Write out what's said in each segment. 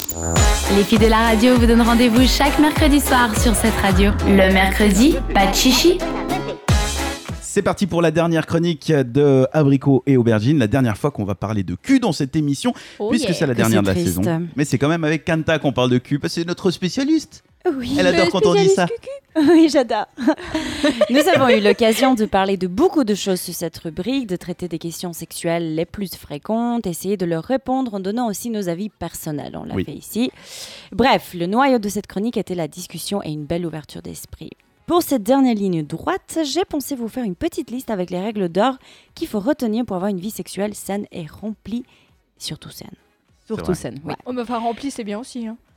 Les filles de la radio vous donnent rendez-vous chaque mercredi soir sur cette radio. Le mercredi, pas de chichi. C'est parti pour la dernière chronique de Abricot et Aubergine, la dernière fois qu'on va parler de cul dans cette émission, puisque c'est la dernière de la saison. Mais c'est quand même avec Kanta qu'on parle de cul, parce que c'est notre spécialiste. Oui, elle adore quand on dit ça. Oui, j'adore. Nous avons eu l'occasion de parler de beaucoup de choses sur cette rubrique, de traiter des questions sexuelles les plus fréquentes, essayer de leur répondre en donnant aussi nos avis personnels. On l'a fait ici. Bref, le noyau de cette chronique était la discussion et une belle ouverture d'esprit. Pour cette dernière ligne droite, j'ai pensé vous faire une petite liste avec les règles d'or qu'il faut retenir pour avoir une vie sexuelle saine et remplie, surtout saine. Surtout saine, oui. Oh, mais enfin, remplie, c'est bien aussi. Hein.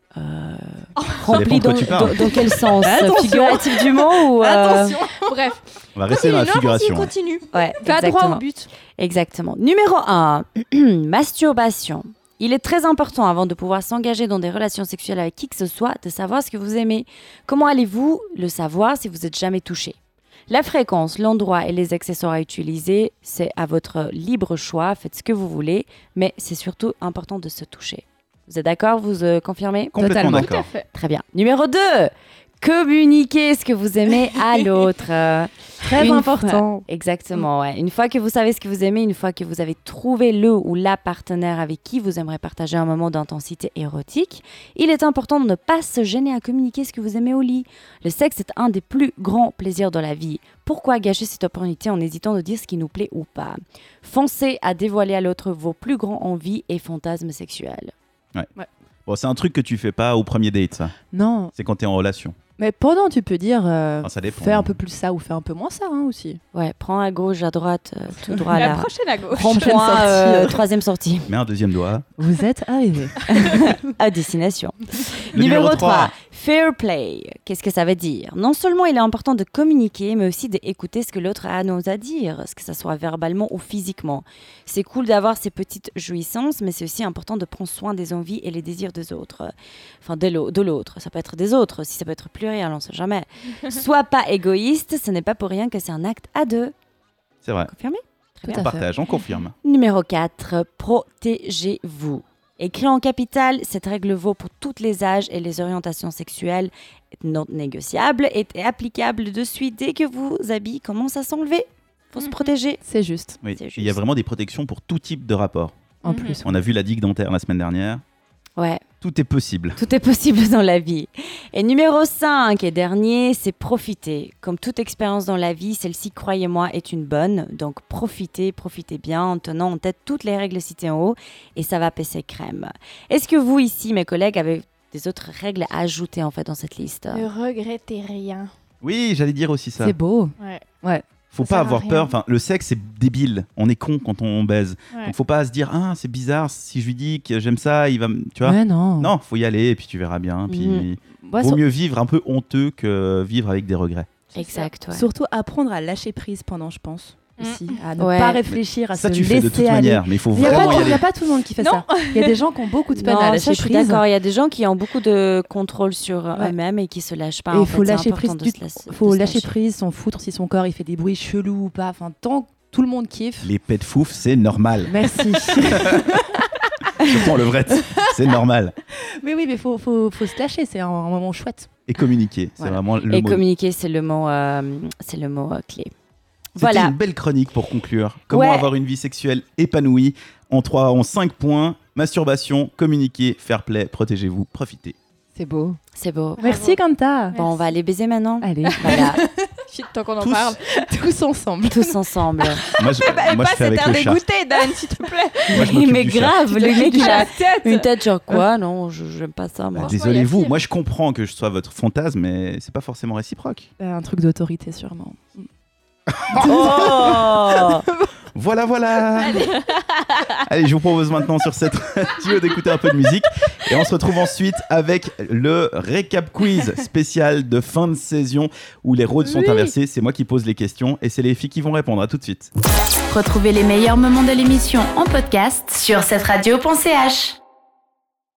Rempli dans quel sens? Figuratif du mot ou Attention. Bref. On va rester dans la figuration. Continue. Ouais, va droit au but. Exactement. Numéro 1, masturbation. Il est très important avant de pouvoir s'engager dans des relations sexuelles avec qui que ce soit de savoir ce que vous aimez. Comment allez-vous le savoir si vous n'êtes jamais touché? La fréquence, l'endroit et les accessoires à utiliser, c'est à votre libre choix. Faites ce que vous voulez, mais c'est surtout important de se toucher. Vous êtes d'accord? Vous confirmez? Complètement d'accord. Tout à fait. Très bien. Numéro 2, communiquez ce que vous aimez à l'autre. Très important. Exactement, ouais. Une fois que vous savez ce que vous aimez, une fois que vous avez trouvé le ou la partenaire avec qui vous aimeriez partager un moment d'intensité érotique, il est important de ne pas se gêner à communiquer ce que vous aimez au lit. Le sexe est un des plus grands plaisirs de la vie. Pourquoi gâcher cette opportunité en hésitant de dire ce qui nous plaît ou pas? Foncez à dévoiler à l'autre vos plus grands envies et fantasmes sexuels. Ouais. Bon, c'est un truc que tu fais pas au premier date, ça. Non. C'est quand t'es en relation. Mais pendant, tu peux dire ça dépend, fais un peu plus ça ou fais un peu moins ça aussi. Ouais, prends à gauche, à droite, tout droit là. La prochaine à gauche. Rond-point, troisième sortie. Mets un deuxième doigt. Vous êtes arrivés. À destination. Numéro 3. Fair play. Qu'est-ce que ça veut dire? Non seulement il est important de communiquer, mais aussi d'écouter ce que l'autre a à nous à dire, que ce soit verbalement ou physiquement. C'est cool d'avoir ces petites jouissances, mais c'est aussi important de prendre soin des envies et les désirs des autres. Enfin, de l'autre. Ça peut être des autres, si ça peut être pluriel, on ne sait jamais. Sois pas égoïste, ce n'est pas pour rien que c'est un acte à deux. C'est vrai. Confirmé? Tout à On fait. partage, on confirme. Numéro 4, protégez-vous. Écrit en capital, cette règle vaut pour tous les âges et les orientations sexuelles non négociables et est applicable de suite dès que vos habits commencent à s'enlever. Faut se protéger. C'est juste. Oui. C'est juste. Il y a vraiment des protections pour tout type de rapport. En plus. On a vu la digue dentaire la semaine dernière. Ouais, Tout est possible. tout est possible dans la vie. Et numéro 5 et dernier, c'est profiter. Comme toute expérience dans la vie, celle-ci, croyez-moi, est une bonne. Donc profitez bien en tenant en tête toutes les règles citées en haut et ça va passer crème. Est-ce que vous ici, mes collègues, avez des autres règles à ajouter en fait dans cette liste? Ne regrettez rien. Oui, j'allais dire aussi ça. C'est beau. Ouais. Faut Ça pas sert à avoir rien. peur. Enfin, le sexe, c'est débile. On est con quand on baise. Ouais. Donc, faut pas se dire c'est bizarre. Si je lui dis que j'aime ça, il va. Tu vois Ouais, non. Non, faut y aller et puis tu verras bien. Puis Ouais, vaut mieux vivre un peu honteux que vivre avec des regrets. Exact, ouais. Surtout apprendre à lâcher prise pendant, je pense. Aussi, à ne Ouais. pas réfléchir, à Ça, se tu fais de toute laisser aller. manière, mais il faut Il n'y vraiment y a aller. pas tout le monde qui fait Non. ça. Il y a des gens qui ont beaucoup de peine Non, à ça, lâcher je suis prise. d'accord. Il y a des gens qui ont beaucoup de contrôle sur eux-mêmes et qui se lâchent pas. Et en il faut fait. C'est lâcher important prise. de se laisser- Faut de se lâcher lâcher. prise, s'en foutre si son corps il fait des bruits chelous ou pas. Enfin, tant que tout le monde kiffe. Les pets fouf, c'est normal. Merci. Je prends le vrai. C'est normal. Mais oui, mais faut se lâcher. C'est un moment chouette. Et communiquer, c'est Voilà. vraiment le Et mot. communiquer, c'est le mot clé. C'était Voilà. une belle chronique pour conclure. Comment Ouais. avoir une vie sexuelle épanouie en 5 points. Masturbation, communiquer, fair play, protégez-vous, profitez. C'est beau. C'est beau. Merci, Kanta. Bon, on va aller baiser maintenant. Allez, Voilà, Tant qu'on en Tous. parle. tous ensemble. tous ensemble. Moi, je Pas fais avec c'est un le chat. dégoûté, Dan, s'il te plaît. Moi, je m'occupe Mais du chat. grave, le mec, il a La tête. une tête genre quoi? Non, j'aime pas ça, moi. Bah, Franchement, désolé il y a vous, pire. moi je comprends que je sois votre fantasme, mais c'est pas forcément réciproque. Un truc d'autorité, sûrement. Oh Voilà. Allez, je vous propose maintenant sur cette radio d'écouter un peu de musique. Et on se retrouve ensuite avec le récap quiz spécial de fin de saison où les rôles sont inversés. C'est moi qui pose les questions et c'est les filles qui vont répondre. À tout de suite. Retrouvez les meilleurs moments de l'émission en podcast sur cette radio.ch.